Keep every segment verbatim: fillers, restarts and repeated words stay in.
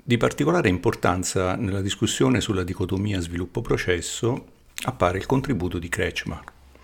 Di particolare importanza nella discussione sulla dicotomia sviluppo-processo appare il contributo di Kretschmer,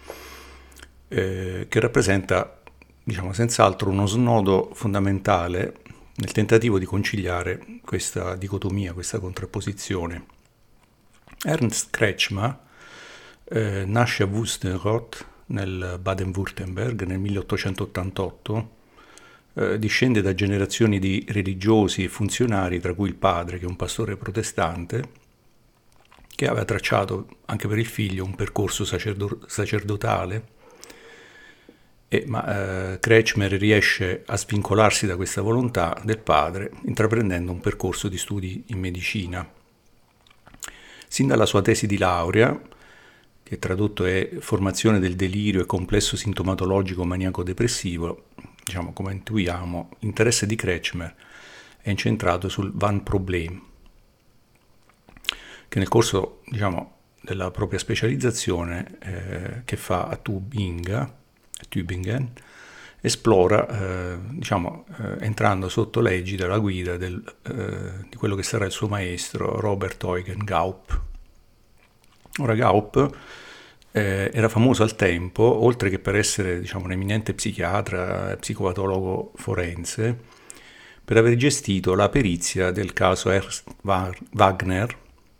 eh, che rappresenta, diciamo, senz'altro uno snodo fondamentale nel tentativo di conciliare questa dicotomia, questa contrapposizione. Ernst Kretschmer eh, nasce a Wüstenrot nel Baden-Württemberg nel milleottocentottantotto. Eh, discende da generazioni di religiosi e funzionari, tra cui il padre, che è un pastore protestante, che aveva tracciato anche per il figlio un percorso sacerdo- sacerdotale, e, ma eh, Kretschmer riesce a svincolarsi da questa volontà del padre, intraprendendo un percorso di studi in medicina. Sin dalla sua tesi di laurea, che tradotto è Formazione del delirio e complesso sintomatologico maniaco-depressivo, diciamo, come intuiamo, l'interesse di Kretschmer è incentrato sul Wandproblem, che nel corso, diciamo, della propria specializzazione eh, che fa a Tubinga, a Tübingen, esplora, eh, diciamo, eh, entrando sotto l'egida, la guida del, eh, di quello che sarà il suo maestro, Robert Eugen Gaupp. Ora Gaupp eh, era famoso al tempo, oltre che per essere, diciamo, un eminente psichiatra e psicopatologo forense, per aver gestito la perizia del caso Ernst Wagner.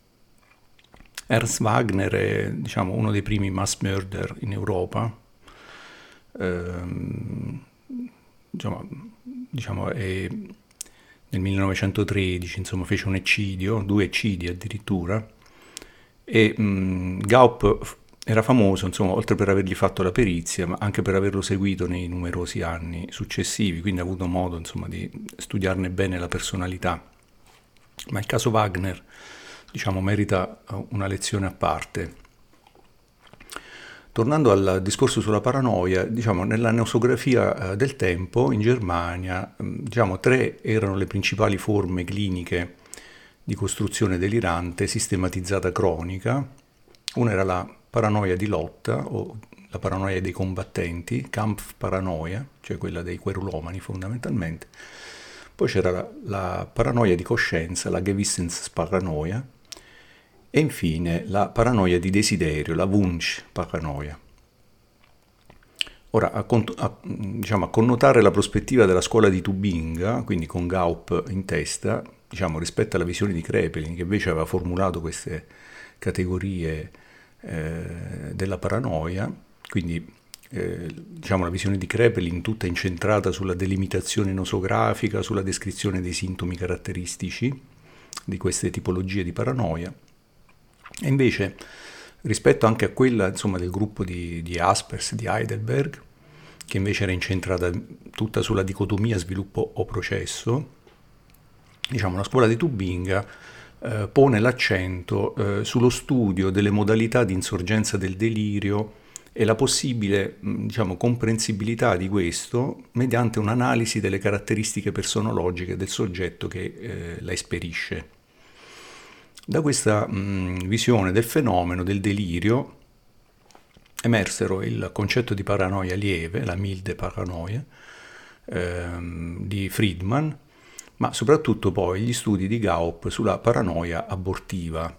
Ernst Wagner è, diciamo, uno dei primi mass murder in Europa. Ehm, diciamo, diciamo è, nel millenovecentotredici, insomma, fece un eccidio, due eccidi addirittura, e mh, Gaupp era famoso, insomma, oltre per avergli fatto la perizia, ma anche per averlo seguito nei numerosi anni successivi, quindi ha avuto modo, insomma, di studiarne bene la personalità. Ma il caso Wagner, diciamo, merita una lezione a parte. Tornando al discorso sulla paranoia, diciamo, nella nosografia del tempo in Germania, diciamo, tre erano le principali forme cliniche di costruzione delirante sistematizzata cronica. Una era la paranoia di lotta o la paranoia dei combattenti, Kampfparanoia, cioè quella dei querulomani fondamentalmente. Poi c'era la, la paranoia di coscienza, la Gewissensparanoia, e infine la paranoia di desiderio, la Wunschparanoia. Ora, a, a, diciamo, a connotare la prospettiva della scuola di Tubinga, quindi con Gaupp in testa, diciamo, rispetto alla visione di Kraepelin, che invece aveva formulato queste categorie eh, della paranoia, quindi eh, diciamo, la visione di Kraepelin tutta incentrata sulla delimitazione nosografica, sulla descrizione dei sintomi caratteristici di queste tipologie di paranoia. E invece, rispetto anche a quella, insomma, del gruppo di, di Jaspers, di Heidelberg, che invece era incentrata tutta sulla dicotomia sviluppo o processo, diciamo, la scuola di Tubinga eh, pone l'accento eh, sullo studio delle modalità di insorgenza del delirio e la possibile, diciamo, comprensibilità di questo mediante un'analisi delle caratteristiche personologiche del soggetto che eh, la esperisce. Da questa mh, visione del fenomeno del delirio emersero il concetto di paranoia lieve, la milde paranoia, ehm, di Friedman, ma soprattutto poi gli studi di Gaupp sulla paranoia abortiva.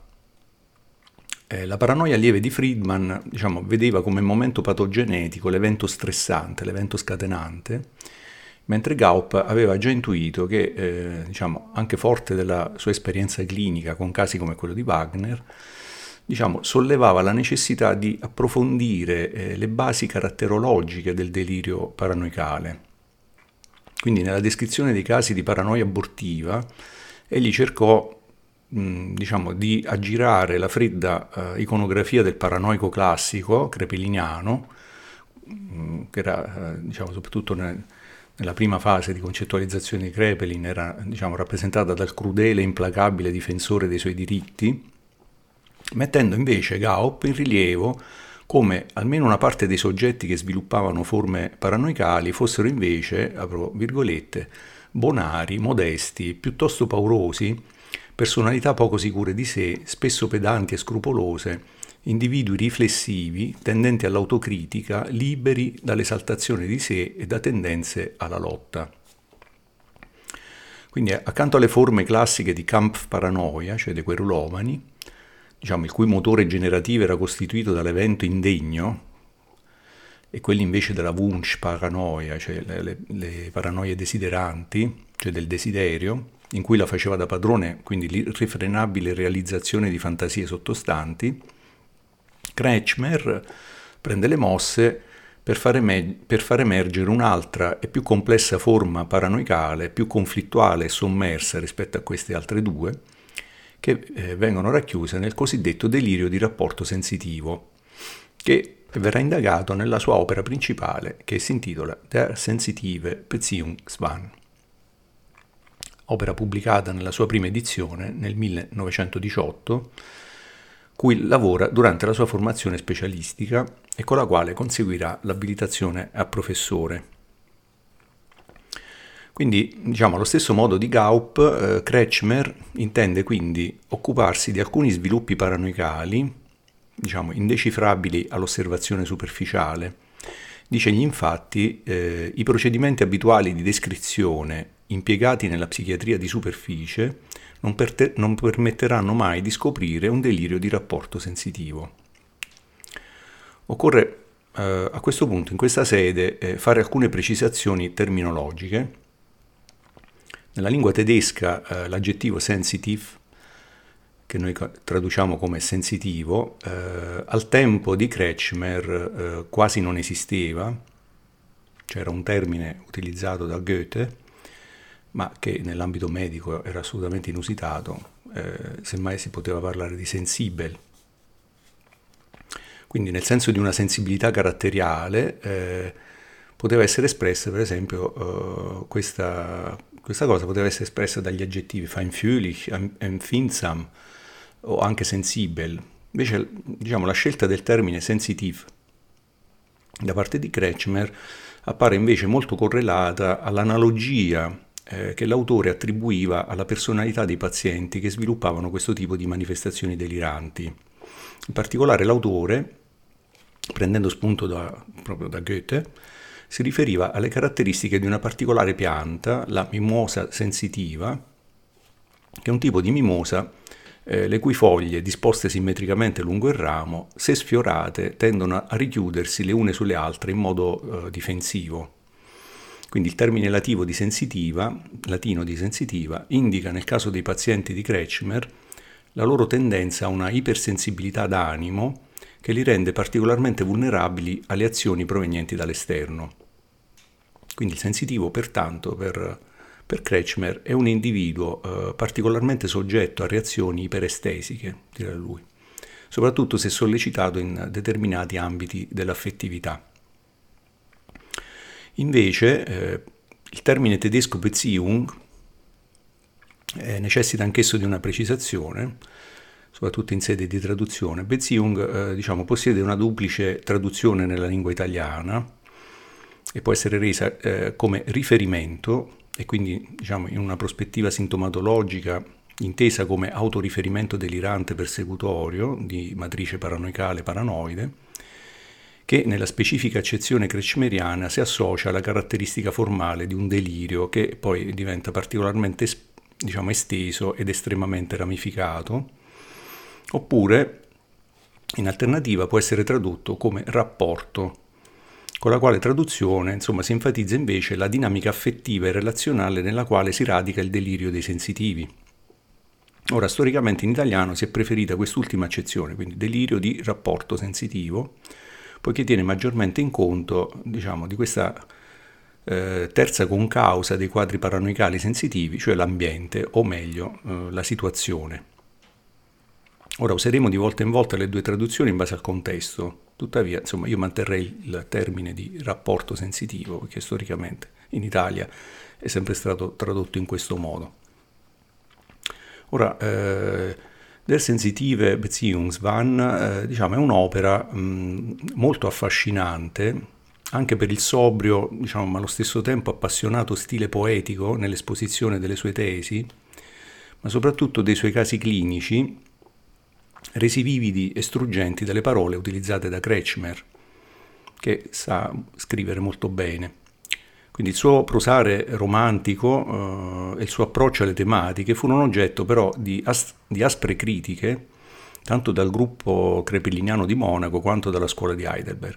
Eh, la paranoia lieve di Friedman, diciamo, vedeva come momento patogenetico l'evento stressante, l'evento scatenante, mentre Gaupp aveva già intuito che, eh, diciamo, anche forte della sua esperienza clinica con casi come quello di Wagner, diciamo, sollevava la necessità di approfondire eh, le basi caratterologiche del delirio paranoicale. Quindi nella descrizione dei casi di paranoia abortiva egli cercò, mh, diciamo, di aggirare la fredda eh, iconografia del paranoico classico crepeliniano, mh, che era, eh, diciamo, soprattutto nel, nella prima fase di concettualizzazione di Kraepelin, era, diciamo, rappresentata dal crudele e implacabile difensore dei suoi diritti, mettendo invece Gaupp in rilievo come almeno una parte dei soggetti che sviluppavano forme paranoicali fossero invece, apro virgolette, bonari, modesti, piuttosto paurosi, personalità poco sicure di sé, spesso pedanti e scrupolose, individui riflessivi, tendenti all'autocritica, liberi dall'esaltazione di sé e da tendenze alla lotta. Quindi accanto alle forme classiche di Kampfparanoia, cioè dei querulomani, diciamo, il cui motore generativo era costituito dall'evento indegno, e quelli invece della Wunschparanoia, cioè le, le, le paranoie desideranti, cioè del desiderio, in cui la faceva da padrone, quindi l'irrefrenabile realizzazione di fantasie sottostanti, Kretschmer prende le mosse per far, emer- per far emergere un'altra e più complessa forma paranoicale, più conflittuale e sommersa rispetto a queste altre due, che eh, vengono racchiuse nel cosiddetto delirio di rapporto sensitivo, che verrà indagato nella sua opera principale, che si intitola Der sensitive Beziehungswahn, opera pubblicata nella sua prima edizione nel millenovecentodiciotto, cui lavora durante la sua formazione specialistica e con la quale conseguirà l'abilitazione a professore. Quindi, diciamo, allo stesso modo di Gaup, eh, Kretschmer intende quindi occuparsi di alcuni sviluppi paranoicali, diciamo, indecifrabili all'osservazione superficiale. Dicegli infatti, eh, i procedimenti abituali di descrizione impiegati nella psichiatria di superficie non, per- non permetteranno mai di scoprire un delirio di rapporto sensitivo. Occorre eh, a questo punto, in questa sede, eh, fare alcune precisazioni terminologiche. Nella lingua tedesca eh, l'aggettivo sensitive, che noi traduciamo come sensitivo, eh, al tempo di Kretschmer eh, quasi non esisteva, cioè era un termine utilizzato da Goethe, ma che nell'ambito medico era assolutamente inusitato, eh, semmai si poteva parlare di sensibel. Quindi nel senso di una sensibilità caratteriale eh, poteva essere espressa, per esempio, eh, questa, questa cosa poteva essere espressa dagli aggettivi feinfühlig, empfindsam o anche sensibel. Invece, diciamo, la scelta del termine sensitive da parte di Kretschmer appare invece molto correlata all'analogia eh, che l'autore attribuiva alla personalità dei pazienti che sviluppavano questo tipo di manifestazioni deliranti. In particolare l'autore, prendendo spunto da, proprio da Goethe, si riferiva alle caratteristiche di una particolare pianta, la mimosa sensitiva, che è un tipo di mimosa eh, le cui foglie, disposte simmetricamente lungo il ramo, se sfiorate, tendono a richiudersi le une sulle altre in modo eh, difensivo. Quindi il termine latino di sensitiva, latino di sensitiva indica nel caso dei pazienti di Kretschmer la loro tendenza a una ipersensibilità d'animo che li rende particolarmente vulnerabili alle azioni provenienti dall'esterno. Quindi il sensitivo, pertanto, per, per Kretschmer è un individuo eh, particolarmente soggetto a reazioni iperestesiche, dirà lui, soprattutto se sollecitato in determinati ambiti dell'affettività. Invece, eh, il termine tedesco Beziehung eh, necessita anch'esso di una precisazione, soprattutto in sede di traduzione. Beziehung eh, diciamo, possiede una duplice traduzione nella lingua italiana e può essere resa eh, come riferimento, e quindi diciamo, in una prospettiva sintomatologica intesa come autoriferimento delirante persecutorio di matrice paranoicale paranoide, che nella specifica accezione kretschmeriana si associa alla caratteristica formale di un delirio che poi diventa particolarmente diciamo, esteso ed estremamente ramificato, oppure in alternativa può essere tradotto come rapporto, con la quale traduzione insomma, si enfatizza invece la dinamica affettiva e relazionale nella quale si radica il delirio dei sensitivi. Ora, storicamente in italiano si è preferita quest'ultima accezione, quindi delirio di rapporto sensitivo, poiché tiene maggiormente in conto, diciamo, di questa eh, terza concausa dei quadri paranoicali sensitivi, cioè l'ambiente, o meglio, eh, la situazione. Ora useremo di volta in volta le due traduzioni in base al contesto, tuttavia, insomma, io manterrei il termine di rapporto sensitivo, perché storicamente in Italia è sempre stato tradotto in questo modo. Ora, eh, Der sensitive Beziehungswahn eh, diciamo, è un'opera mh, molto affascinante, anche per il sobrio, diciamo, ma allo stesso tempo appassionato stile poetico nell'esposizione delle sue tesi, ma soprattutto dei suoi casi clinici, resi vividi e struggenti dalle parole utilizzate da Kretschmer, che sa scrivere molto bene. Quindi il suo prosare romantico eh, e il suo approccio alle tematiche furono oggetto però di, as- di aspre critiche, tanto dal gruppo crepelliniano di Monaco quanto dalla scuola di Heidelberg.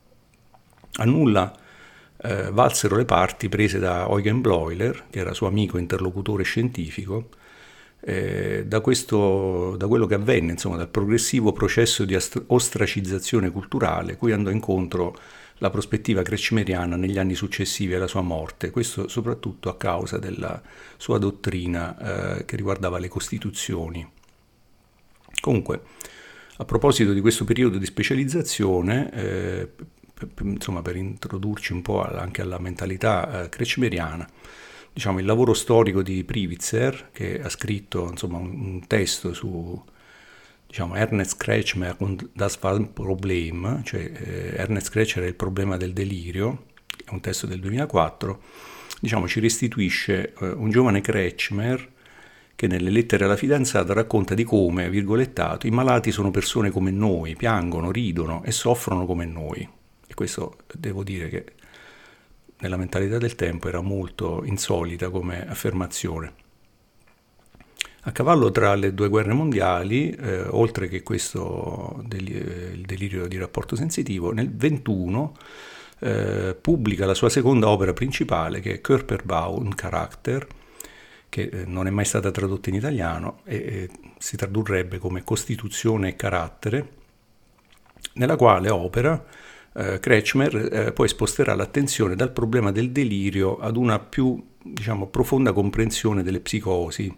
A nulla eh, valsero le parti prese da Eugen Bleuler, che era suo amico e interlocutore scientifico, eh, da, questo, da quello che avvenne, insomma, dal progressivo processo di ast- ostracizzazione culturale cui andò incontro la prospettiva kretschmeriana negli anni successivi alla sua morte, questo soprattutto a causa della sua dottrina eh, che riguardava le costituzioni. Comunque, a proposito di questo periodo di specializzazione, eh, per, insomma, per introdurci un po' anche alla mentalità eh, kretschmeriana, diciamo il lavoro storico di Privitzer, che ha scritto insomma, un, un testo su diciamo, Ernest Kretschmer und das Wahnproblem, cioè eh, Ernest Kretschmer è il problema del delirio, è un testo del duemilaquattro, diciamo, ci restituisce eh, un giovane Kretschmer che nelle lettere alla fidanzata racconta di come, virgolettato, i malati sono persone come noi, piangono, ridono e soffrono come noi. E questo devo dire che nella mentalità del tempo era molto insolita come affermazione. A cavallo tra le due guerre mondiali, eh, oltre che questo del, eh, il delirio di rapporto sensitivo, nel ventuno eh, pubblica la sua seconda opera principale, che è Körperbau und Charakter, che eh, non è mai stata tradotta in italiano e eh, si tradurrebbe come Costituzione e carattere, nella quale opera eh, Kretschmer eh, poi sposterà l'attenzione dal problema del delirio ad una più, diciamo, profonda comprensione delle psicosi.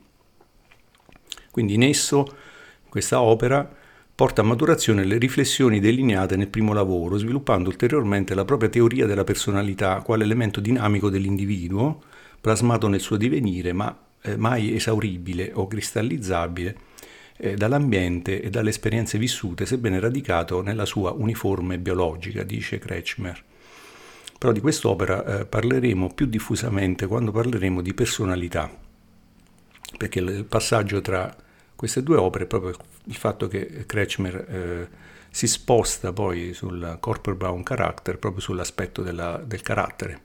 Quindi in esso, questa opera, porta a maturazione le riflessioni delineate nel primo lavoro, sviluppando ulteriormente la propria teoria della personalità quale elemento dinamico dell'individuo, plasmato nel suo divenire, ma eh, mai esauribile o cristallizzabile eh, dall'ambiente e dalle esperienze vissute, sebbene radicato nella sua uniforme biologica, dice Kretschmer. Però di quest'opera eh, parleremo più diffusamente quando parleremo di personalità, perché il passaggio tra queste due opere è proprio il fatto che Kretschmer eh, si sposta poi sul Körperbau und Charakter, proprio sull'aspetto della, del carattere.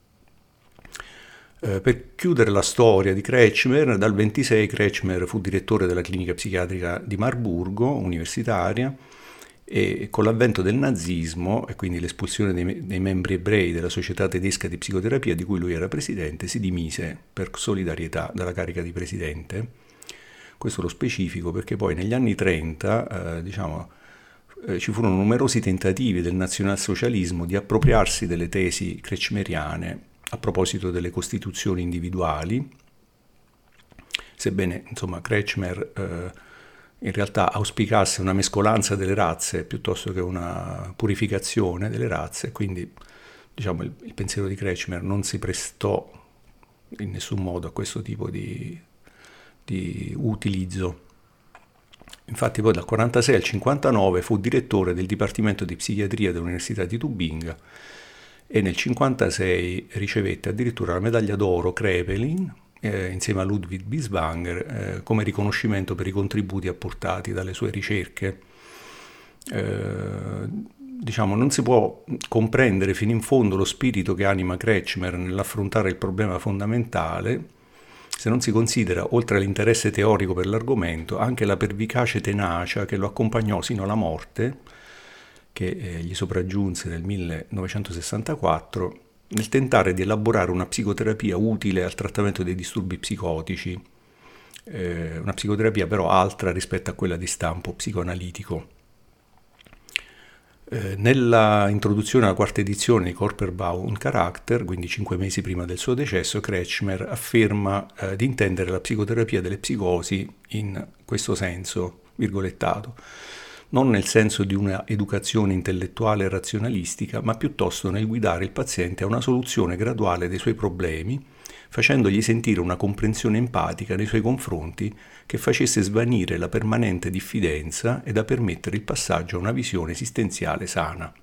Eh, per chiudere la storia di Kretschmer, dal ventisei Kretschmer fu direttore della clinica psichiatrica di Marburgo, universitaria, e con l'avvento del nazismo e quindi l'espulsione dei, dei membri ebrei della società tedesca di psicoterapia di cui lui era presidente, si dimise per solidarietà dalla carica di presidente. Questo lo specifico perché poi negli anni trenta eh, diciamo, eh, ci furono numerosi tentativi del nazionalsocialismo di appropriarsi delle tesi kretschmeriane a proposito delle costituzioni individuali, sebbene insomma Kretschmer eh, in realtà auspicasse una mescolanza delle razze piuttosto che una purificazione delle razze, quindi diciamo il, il pensiero di Kretschmer non si prestò in nessun modo a questo tipo di, di utilizzo. Infatti poi dal quarantasei al cinquantanove fu direttore del Dipartimento di Psichiatria dell'Università di Tubinga e nel cinquantasei ricevette addirittura la medaglia d'oro Kraepelin eh, insieme a Ludwig Binswanger eh, come riconoscimento per i contributi apportati dalle sue ricerche. Eh, diciamo, non si può comprendere fino in fondo lo spirito che anima Kretschmer nell'affrontare il problema fondamentale se non si considera, oltre all'interesse teorico per l'argomento, anche la pervicace tenacia che lo accompagnò sino alla morte, che eh, gli sopraggiunse nel millenovecentosessantaquattro, nel tentare di elaborare una psicoterapia utile al trattamento dei disturbi psicotici, eh, una psicoterapia però altra rispetto a quella di stampo psicoanalitico. Eh, nella introduzione alla quarta edizione di Körperbau und Charakter, quindi cinque mesi prima del suo decesso, Kretschmer afferma eh, di intendere la psicoterapia delle psicosi in questo senso, virgolettato, non nel senso di una educazione intellettuale e razionalistica, ma piuttosto nel guidare il paziente a una soluzione graduale dei suoi problemi, facendogli sentire una comprensione empatica nei suoi confronti che facesse svanire la permanente diffidenza e da permettere il passaggio a una visione esistenziale sana.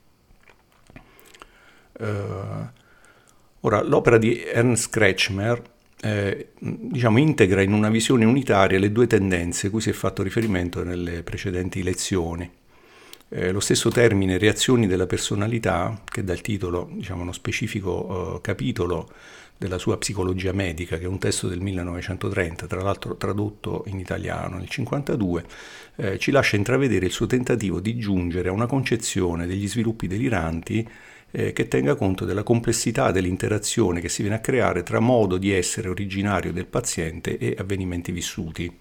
Uh, ora, l'opera di Ernst Kretschmer Eh, diciamo, integra in una visione unitaria le due tendenze cui si è fatto riferimento nelle precedenti lezioni. Eh, lo stesso termine reazioni della personalità, che dà il titolo, diciamo, uno specifico eh, capitolo della sua Psicologia medica, che è un testo del millenovecentotrenta, tra l'altro tradotto in italiano nel cinquantadue, eh, ci lascia intravedere il suo tentativo di giungere a una concezione degli sviluppi deliranti eh, che tenga conto della complessità dell'interazione che si viene a creare tra modo di essere originario del paziente e avvenimenti vissuti.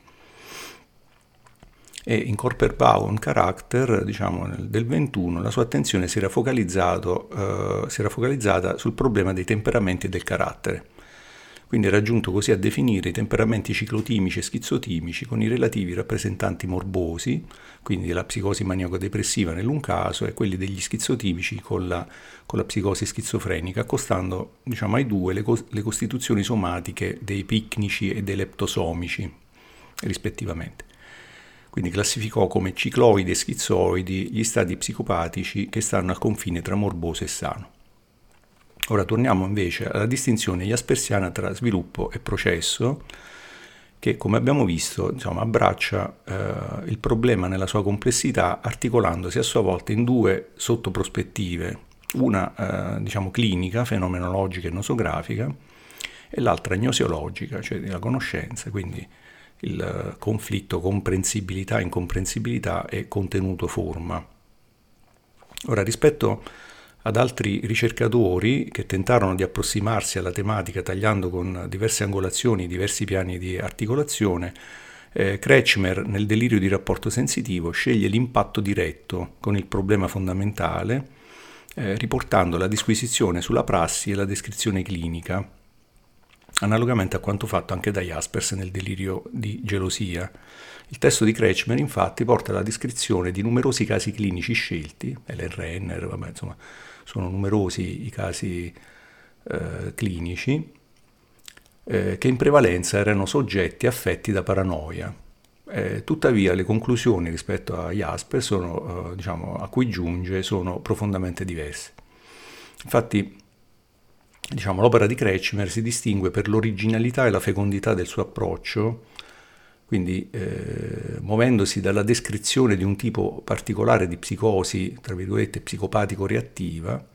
E in Corper Baum Character, diciamo, del ventuno, la sua attenzione si era, focalizzato, eh, si era focalizzata sul problema dei temperamenti e del carattere. Quindi era giunto così a definire i temperamenti ciclotimici e schizotimici con i relativi rappresentanti morbosi, quindi la psicosi maniaco-depressiva nell'un caso, e quelli degli schizotimici con la, con la psicosi schizofrenica, accostando, diciamo, ai due le, cos- le costituzioni somatiche dei picnici e dei leptosomici, rispettivamente. Quindi classificò come cicloidi e schizoidi gli stati psicopatici che stanno al confine tra morboso e sano. Ora torniamo invece alla distinzione jaspersiana tra sviluppo e processo, che, come abbiamo visto, insomma, abbraccia eh, il problema nella sua complessità, articolandosi a sua volta in due sottoprospettive, una eh, diciamo clinica, fenomenologica e nosografica, e l'altra gnosiologica, cioè della conoscenza, quindi il conflitto comprensibilità-incomprensibilità e contenuto-forma. Ora, rispetto ad altri ricercatori che tentarono di approssimarsi alla tematica tagliando con diverse angolazioni, diversi piani di articolazione, eh, Kretschmer, nel delirio di rapporto sensitivo, sceglie l'impatto diretto con il problema fondamentale, eh, riportando la disquisizione sulla prassi e la descrizione clinica, analogamente a quanto fatto anche da Jaspers nel delirio di gelosia. Il testo di Kretschmer, infatti, porta alla descrizione di numerosi casi clinici scelti, L R N, vabbè, insomma, sono numerosi i casi eh, clinici, eh, che in prevalenza erano soggetti affetti da paranoia. Eh, tuttavia le conclusioni rispetto a Jaspers, sono, eh, diciamo, a cui giunge, sono profondamente diverse. Infatti, diciamo, l'opera di Kretschmer si distingue per l'originalità e la fecondità del suo approccio, quindi eh, muovendosi dalla descrizione di un tipo particolare di psicosi, tra virgolette, psicopatico-reattiva,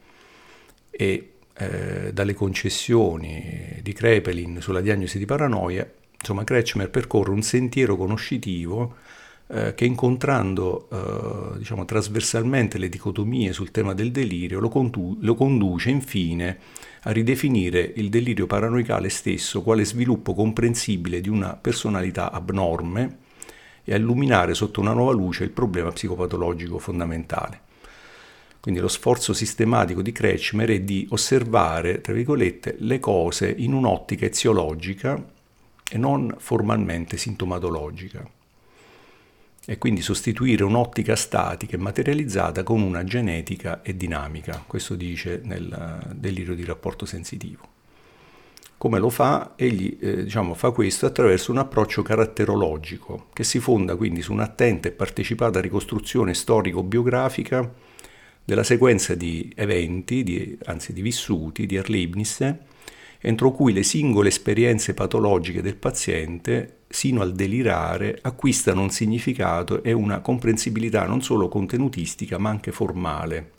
e eh, dalle concessioni di Kraepelin sulla diagnosi di paranoia. Insomma, Kretschmer percorre un sentiero conoscitivo eh, che, incontrando eh, diciamo, trasversalmente le dicotomie sul tema del delirio, lo, condu- lo conduce infine a ridefinire il delirio paranoicale stesso quale sviluppo comprensibile di una personalità abnorme e a illuminare sotto una nuova luce il problema psicopatologico fondamentale. Quindi lo sforzo sistematico di Kretschmer è di osservare, tra virgolette, le cose in un'ottica eziologica e non formalmente sintomatologica, e quindi sostituire un'ottica statica e materializzata con una genetica e dinamica. Questo dice nel delirio di rapporto sensitivo. Come lo fa? Egli eh, diciamo, fa questo attraverso un approccio caratterologico che si fonda quindi su un'attenta e partecipata ricostruzione storico-biografica della sequenza di eventi, di, anzi di vissuti, di Erlebnisse, entro cui le singole esperienze patologiche del paziente, sino al delirare, acquistano un significato e una comprensibilità non solo contenutistica ma anche formale.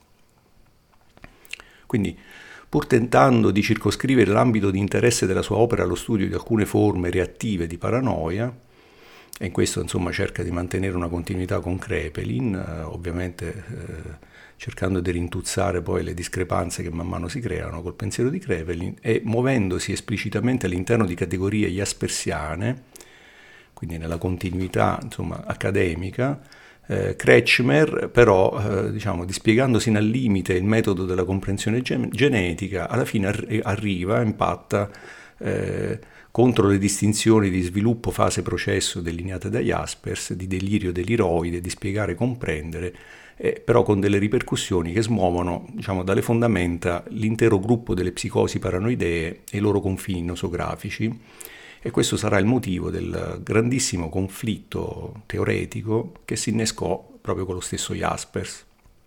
Quindi, pur tentando di circoscrivere l'ambito di interesse della sua opera allo studio di alcune forme reattive di paranoia, e in questo insomma cerca di mantenere una continuità con Kraepelin, eh, ovviamente eh, cercando di rintuzzare poi le discrepanze che man mano si creano col pensiero di Kraepelin, e muovendosi esplicitamente all'interno di categorie jaspersiane, quindi nella continuità insomma accademica, eh, Kretschmer però, eh, diciamo, dispiegandosi al limite il metodo della comprensione gen- genetica, alla fine arri- arriva, impatta eh, contro le distinzioni di sviluppo, fase, processo delineate da Jaspers, di delirio deliroide, di spiegare, comprendere, eh, però con delle ripercussioni che smuovono, diciamo, dalle fondamenta l'intero gruppo delle psicosi paranoidee e i loro confini nosografici, e questo sarà il motivo del grandissimo conflitto teoretico che si innescò proprio con lo stesso Jaspers.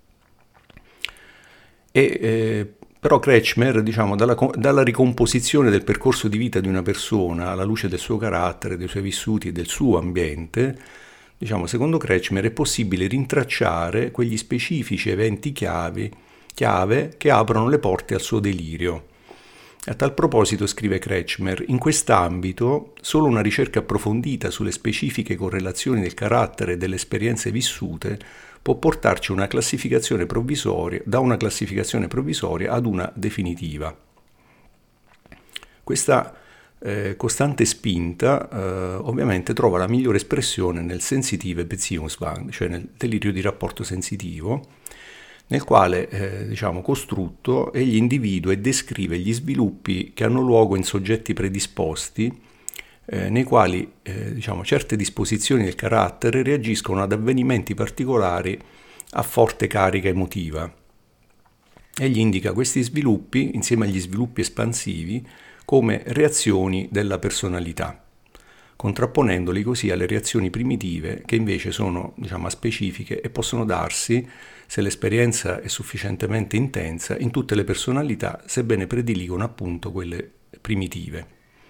E, eh, però Kretschmer, diciamo, dalla, dalla ricomposizione del percorso di vita di una persona alla luce del suo carattere, dei suoi vissuti e del suo ambiente, diciamo, secondo Kretschmer è possibile rintracciare quegli specifici eventi chiave, chiave che aprono le porte al suo delirio. A tal proposito, scrive Kretschmer, in quest'ambito solo una ricerca approfondita sulle specifiche correlazioni del carattere e delle esperienze vissute può portarci una classificazione provvisoria, da una classificazione provvisoria ad una definitiva. Questa eh, costante spinta eh, ovviamente trova la migliore espressione nel sensitive Beziehungswahn, cioè nel delirio di rapporto sensitivo, nel quale, eh, diciamo, costrutto, egli individua e descrive gli sviluppi che hanno luogo in soggetti predisposti, eh, nei quali, eh, diciamo, certe disposizioni del carattere reagiscono ad avvenimenti particolari a forte carica emotiva. Egli indica questi sviluppi, insieme agli sviluppi espansivi, come reazioni della personalità, contrapponendoli così alle reazioni primitive che invece sono, diciamo, aspecifiche e possono darsi, se l'esperienza è sufficientemente intensa, in tutte le personalità, sebbene prediligono appunto quelle primitive.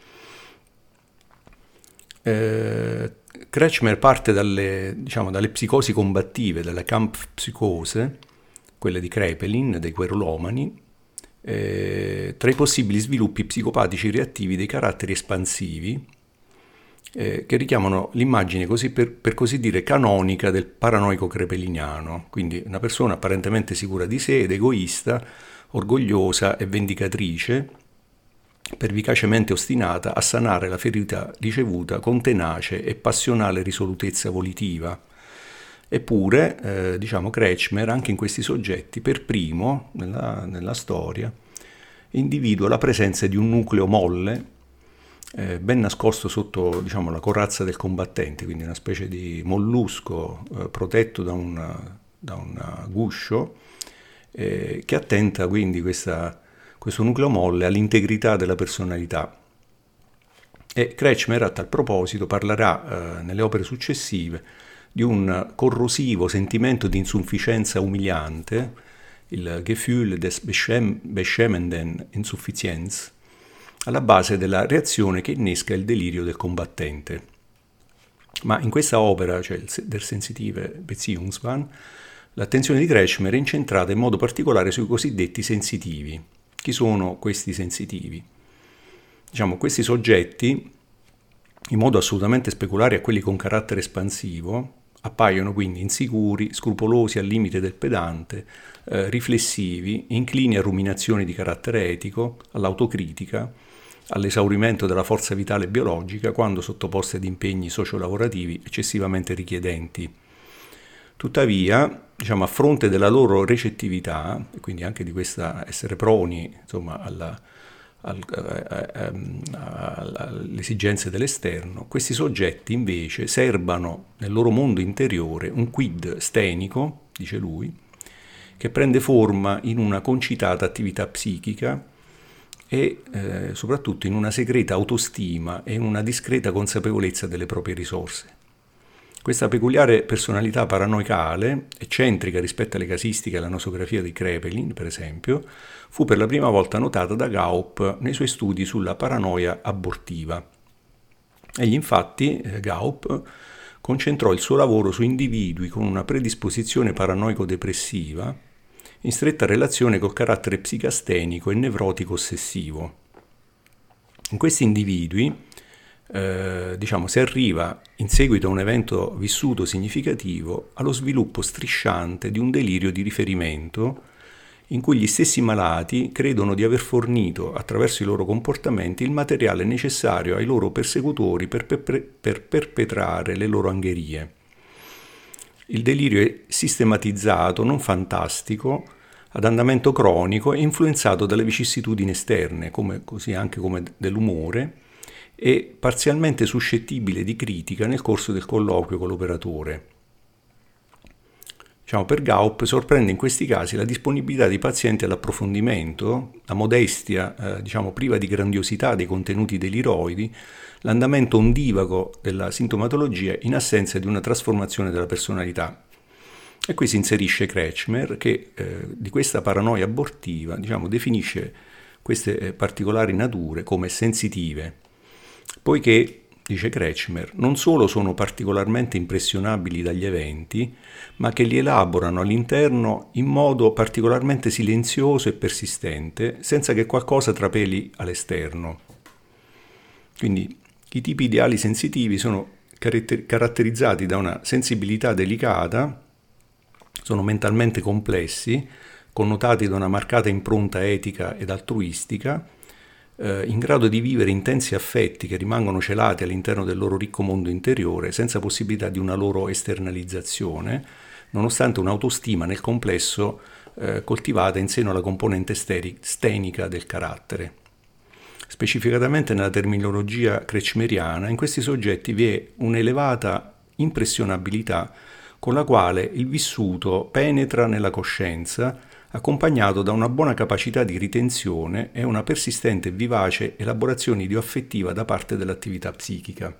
Eh, Kretschmer parte dalle, diciamo, dalle psicosi combattive, dalle Kampfpsykose, quelle di Kraepelin, dei querulomani, eh, tra i possibili sviluppi psicopatici reattivi dei caratteri espansivi, Eh, che richiamano l'immagine così per, per così dire canonica del paranoico crepeliniano, quindi una persona apparentemente sicura di sé ed egoista, orgogliosa e vendicatrice, pervicacemente ostinata a sanare la ferita ricevuta con tenace e passionale risolutezza volitiva. Eppure, eh, diciamo, Kretschmer anche in questi soggetti per primo nella, nella storia individua la presenza di un nucleo molle Eh, ben nascosto sotto, diciamo, la corazza del combattente, quindi una specie di mollusco eh, protetto da un, da un guscio eh, che attenta quindi questa, questo nucleo molle all'integrità della personalità. E Kretschmer a tal proposito parlerà eh, nelle opere successive di un corrosivo sentimento di insufficienza umiliante, il Gefühl des beschämenden Insuffizienz, alla base della reazione che innesca il delirio del combattente. Ma in questa opera, cioè Der sensitive Beziehungswahn, l'attenzione di Kretschmer è incentrata in modo particolare sui cosiddetti sensitivi. Chi sono questi sensitivi? Diciamo, questi soggetti, in modo assolutamente speculare a quelli con carattere espansivo, appaiono quindi insicuri, scrupolosi al limite del pedante, eh, riflessivi, inclini a ruminazioni di carattere etico, all'autocritica, all'esaurimento della forza vitale biologica quando sottoposte ad impegni sociolavorativi eccessivamente richiedenti. Tuttavia, diciamo, a fronte della loro recettività, e quindi anche di questa essere proni, insomma, alla, al, alle esigenze dell'esterno, questi soggetti invece serbano nel loro mondo interiore un quid stenico, dice lui, che prende forma in una concitata attività psichica e eh, soprattutto in una segreta autostima e in una discreta consapevolezza delle proprie risorse. Questa peculiare personalità paranoicale, eccentrica rispetto alle casistiche e alla nosografia di Kraepelin, per esempio, fu per la prima volta notata da Gaupp nei suoi studi sulla paranoia abortiva. Egli infatti, eh, Gaupp, concentrò il suo lavoro su individui con una predisposizione paranoico-depressiva in stretta relazione col carattere psicastenico e nevrotico ossessivo. In questi individui, eh, diciamo, si arriva, in seguito a un evento vissuto significativo, allo sviluppo strisciante di un delirio di riferimento in cui gli stessi malati credono di aver fornito, attraverso i loro comportamenti, il materiale necessario ai loro persecutori per, per, per perpetrare le loro angherie. Il delirio è sistematizzato, non fantastico, ad andamento cronico e influenzato dalle vicissitudini esterne, come, così anche come dell'umore, e parzialmente suscettibile di critica nel corso del colloquio con l'operatore. Diciamo, per Gaupp sorprende in questi casi la disponibilità dei pazienti all'approfondimento, la modestia, eh, diciamo, priva di grandiosità dei contenuti deliroidi, l'andamento ondivago della sintomatologia in assenza di una trasformazione della personalità. E qui si inserisce Kretschmer che eh, di questa paranoia abortiva, diciamo, definisce queste eh, particolari nature come sensitive, poiché dice Kretschmer, non solo sono particolarmente impressionabili dagli eventi, ma che li elaborano all'interno in modo particolarmente silenzioso e persistente, senza che qualcosa trapeli all'esterno. Quindi i tipi ideali sensitivi sono caratter- caratterizzati da una sensibilità delicata, sono mentalmente complessi, connotati da una marcata impronta etica ed altruistica, eh, in grado di vivere intensi affetti che rimangono celati all'interno del loro ricco mondo interiore, senza possibilità di una loro esternalizzazione, nonostante un'autostima nel complesso eh, coltivata in seno alla componente steri- stenica del carattere. Specificatamente nella terminologia kretschmeriana, in questi soggetti vi è un'elevata impressionabilità con la quale il vissuto penetra nella coscienza, accompagnato da una buona capacità di ritenzione e una persistente e vivace elaborazione idioaffettiva da parte dell'attività psichica.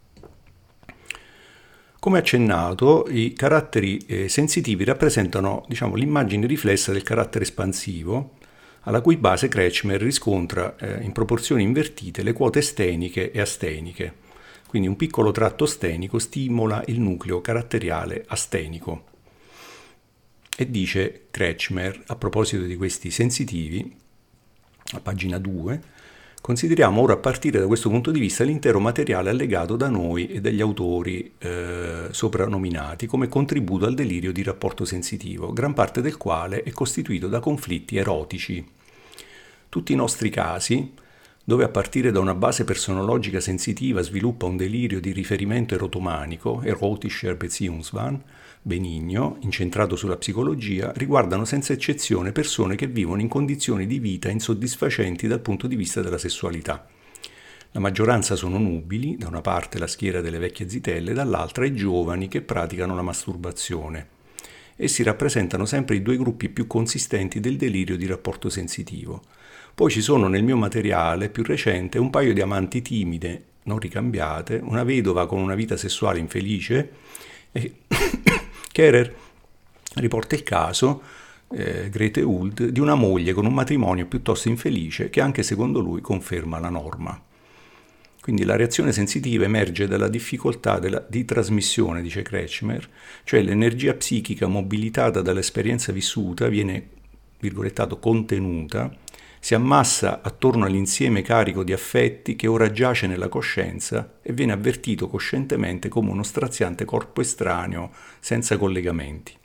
Come accennato, i caratteri eh, sensitivi rappresentano, diciamo, l'immagine riflessa del carattere espansivo, alla cui base Kretschmer riscontra eh, in proporzioni invertite le quote steniche e asteniche. Quindi un piccolo tratto stenico stimola il nucleo caratteriale astenico. E dice Kretschmer, a proposito di questi sensitivi, a pagina due, consideriamo ora a partire da questo punto di vista l'intero materiale allegato da noi e dagli autori eh, soprannominati come contributo al delirio di rapporto sensitivo, gran parte del quale è costituito da conflitti erotici. Tutti i nostri casi, dove a partire da una base personologica sensitiva sviluppa un delirio di riferimento erotomanico, erotischer Beziehungswahn, benigno, incentrato sulla psicologia, riguardano senza eccezione persone che vivono in condizioni di vita insoddisfacenti dal punto di vista della sessualità. La maggioranza sono nubili, da una parte la schiera delle vecchie zitelle, dall'altra i giovani che praticano la masturbazione. Essi rappresentano sempre i due gruppi più consistenti del delirio di rapporto sensitivo. Poi ci sono nel mio materiale più recente un paio di amanti timide, non ricambiate, una vedova con una vita sessuale infelice e Kehrer riporta il caso, eh, Grete Huld, di una moglie con un matrimonio piuttosto infelice che anche secondo lui conferma la norma. Quindi la reazione sensitiva emerge dalla difficoltà della, di trasmissione, dice Kretschmer, cioè l'energia psichica mobilitata dall'esperienza vissuta viene, virgolettato, contenuta, si ammassa attorno all'insieme carico di affetti che ora giace nella coscienza e viene avvertito coscientemente come uno straziante corpo estraneo, senza collegamenti.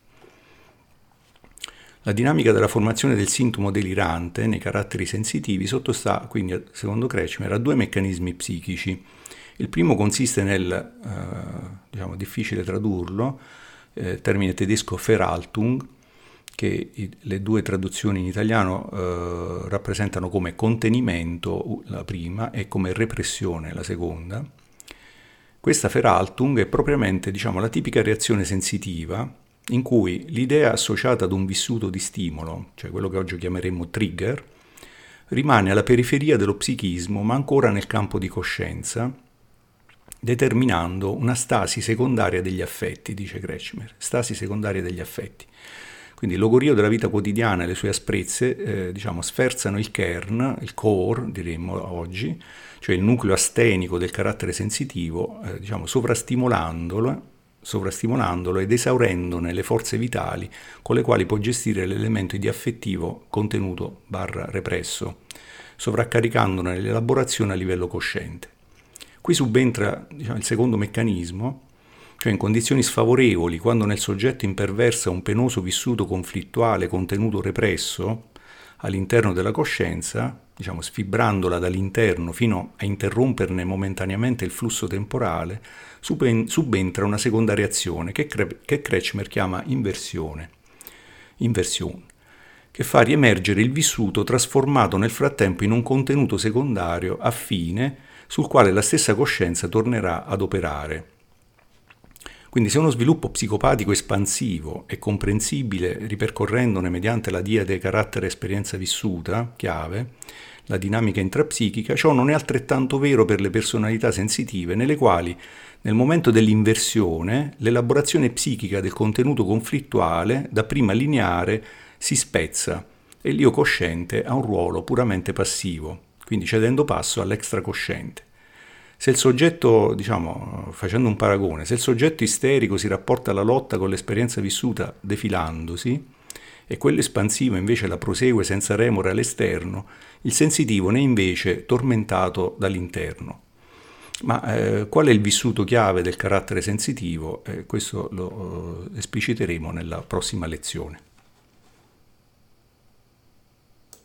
La dinamica della formazione del sintomo delirante nei caratteri sensitivi sottostà, quindi, secondo Kretschmer, a due meccanismi psichici. Il primo consiste nel, eh, diciamo, difficile tradurlo, eh, termine tedesco Verhaltung, che le due traduzioni in italiano eh, rappresentano come contenimento la prima e come repressione la seconda. Questa Verhaltung è propriamente, diciamo, la tipica reazione sensitiva in cui l'idea associata ad un vissuto di stimolo, cioè quello che oggi chiameremmo trigger, rimane alla periferia dello psichismo ma ancora nel campo di coscienza, determinando una stasi secondaria degli affetti, dice Kretschmer, stasi secondaria degli affetti. Quindi il logorio della vita quotidiana e le sue asprezze eh, diciamo, sferzano il kern, il core, diremmo oggi, cioè il nucleo astenico del carattere sensitivo, eh, diciamo, sovrastimolandolo, sovrastimolandolo ed esaurendone le forze vitali con le quali può gestire l'elemento idiaffettivo contenuto barra represso, sovraccaricandone l'elaborazione a livello cosciente. Qui subentra, diciamo, il secondo meccanismo, cioè in condizioni sfavorevoli, quando nel soggetto imperversa un penoso vissuto conflittuale contenuto represso all'interno della coscienza, diciamo sfibrandola dall'interno fino a interromperne momentaneamente il flusso temporale, subentra una seconda reazione che, che Kretschmer chiama inversione, inversione, che fa riemergere il vissuto trasformato nel frattempo in un contenuto secondario affine sul quale la stessa coscienza tornerà ad operare. Quindi se uno sviluppo psicopatico espansivo è comprensibile ripercorrendone mediante la diade carattere esperienza vissuta, chiave, la dinamica intrapsichica, ciò non è altrettanto vero per le personalità sensitive nelle quali nel momento dell'inversione l'elaborazione psichica del contenuto conflittuale dapprima lineare si spezza e l'io cosciente ha un ruolo puramente passivo, quindi cedendo passo all'extracosciente. Se il soggetto, diciamo, facendo un paragone, se il soggetto isterico si rapporta alla lotta con l'esperienza vissuta defilandosi e quello espansivo invece la prosegue senza remore all'esterno, il sensitivo ne è invece tormentato dall'interno. Ma eh, qual è il vissuto chiave del carattere sensitivo? Eh, questo lo eh, espliciteremo nella prossima lezione.